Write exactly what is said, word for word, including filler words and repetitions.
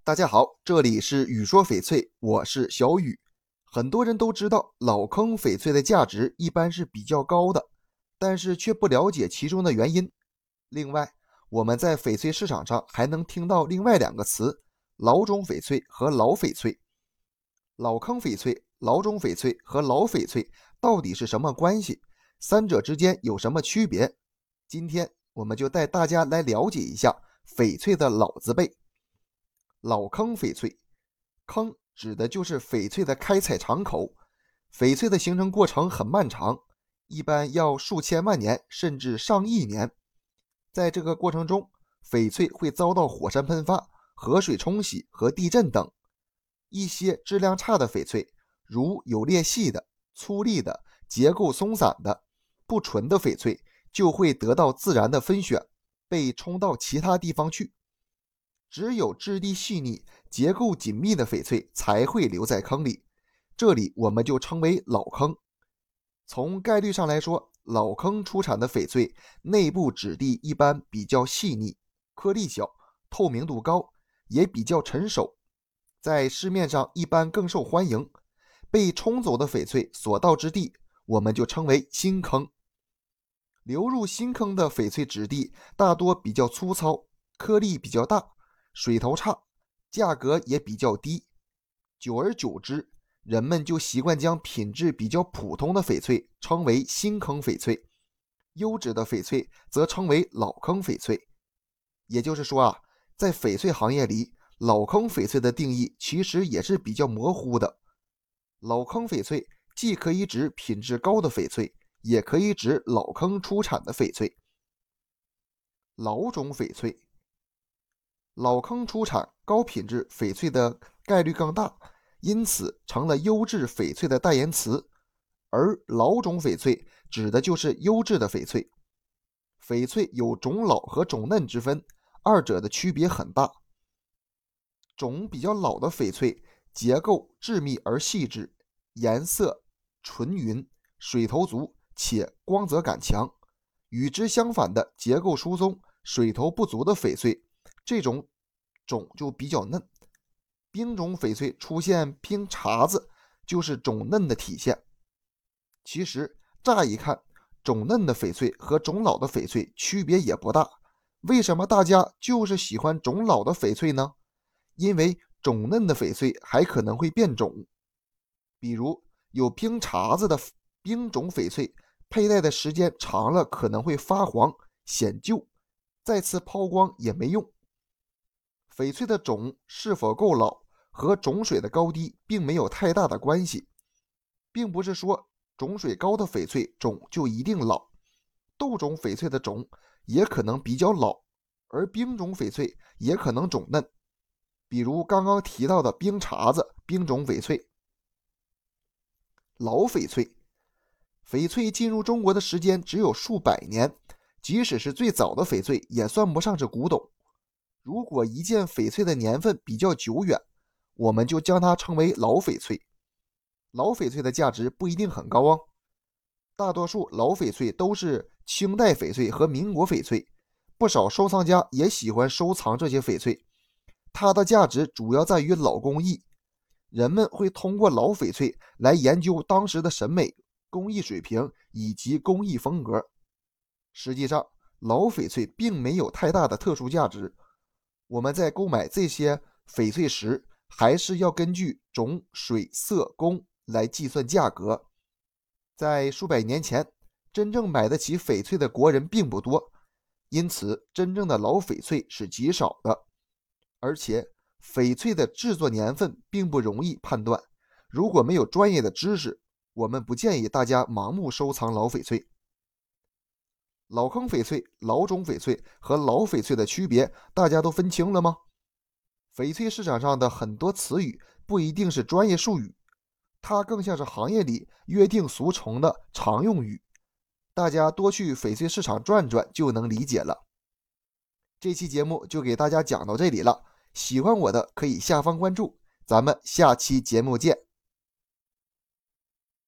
大家好，这里是雨说翡翠，我是小雨。很多人都知道老坑翡翠的价值一般是比较高的，但是却不了解其中的原因。另外，我们在翡翠市场上还能听到另外两个词：老种翡翠和老翡翠。老坑翡翠、老种翡翠和老翡翠到底是什么关系？三者之间有什么区别？今天我们就带大家来了解一下翡翠的老字辈。老坑翡翠，坑指的就是翡翠的开采场口。翡翠的形成过程很漫长，一般要数千万年甚至上亿年。在这个过程中，翡翠会遭到火山喷发、河水冲洗和地震等。一些质量差的翡翠，如有裂隙的、粗粒的、结构松散的、不纯的翡翠，就会得到自然的分选，被冲到其他地方去。只有质地细腻、结构紧密的翡翠才会留在坑里，这里我们就称为老坑。从概率上来说，老坑出产的翡翠内部质地一般比较细腻，颗粒小，透明度高，也比较成熟，在市面上一般更受欢迎。被冲走的翡翠所到之地，我们就称为新坑。流入新坑的翡翠质地大多比较粗糙，颗粒比较大，水头差，价格也比较低。久而久之，人们就习惯将品质比较普通的翡翠称为新坑翡翠，优质的翡翠则称为老坑翡翠。也就是说啊，在翡翠行业里，老坑翡翠的定义其实也是比较模糊的。老坑翡翠既可以指品质高的翡翠，也可以指老坑出产的翡翠。老种翡翠，老坑出产高品质翡翠的概率更大，因此成了优质翡翠的代言词。而老种翡翠指的就是优质的翡翠。翡翠有种老和种嫩之分，二者的区别很大。种比较老的翡翠结构致密而细致，颜色纯匀，水头足且光泽感强。与之相反的结构疏松、水头不足的翡翠，这种种就比较嫩。冰种翡翠出现冰碴子，就是种嫩的体现。其实乍一看，种嫩的翡翠和种老的翡翠区别也不大。为什么大家就是喜欢种老的翡翠呢？因为种嫩的翡翠还可能会变种。比如有冰碴子的冰种翡翠，佩戴的时间长了可能会发黄显旧，再次抛光也没用。翡翠的种是否够老和种水的高低并没有太大的关系，并不是说种水高的翡翠种就一定老，豆种翡翠的种也可能比较老，而冰种翡翠也可能种嫩，比如刚刚提到的冰碴子冰种翡翠。老翡翠，翡翠进入中国的时间只有数百年，即使是最早的翡翠也算不上是古董。如果一件翡翠的年份比较久远，我们就将它称为老翡翠。老翡翠的价值不一定很高哦，大多数老翡翠都是清代翡翠和民国翡翠，不少收藏家也喜欢收藏这些翡翠。它的价值主要在于老工艺，人们会通过老翡翠来研究当时的审美、工艺水平以及工艺风格。实际上，老翡翠并没有太大的特殊价值。我们在购买这些翡翠时，还是要根据种、水、色、工来计算价格。在数百年前，真正买得起翡翠的国人并不多，因此真正的老翡翠是极少的。而且翡翠的制作年份并不容易判断，如果没有专业的知识，我们不建议大家盲目收藏老翡翠。老坑翡翠、老种翡翠和老翡翠的区别，大家都分清了吗？翡翠市场上的很多词语不一定是专业术语，它更像是行业里约定俗成的常用语，大家多去翡翠市场转转就能理解了。这期节目就给大家讲到这里了，喜欢我的可以下方关注，咱们下期节目见。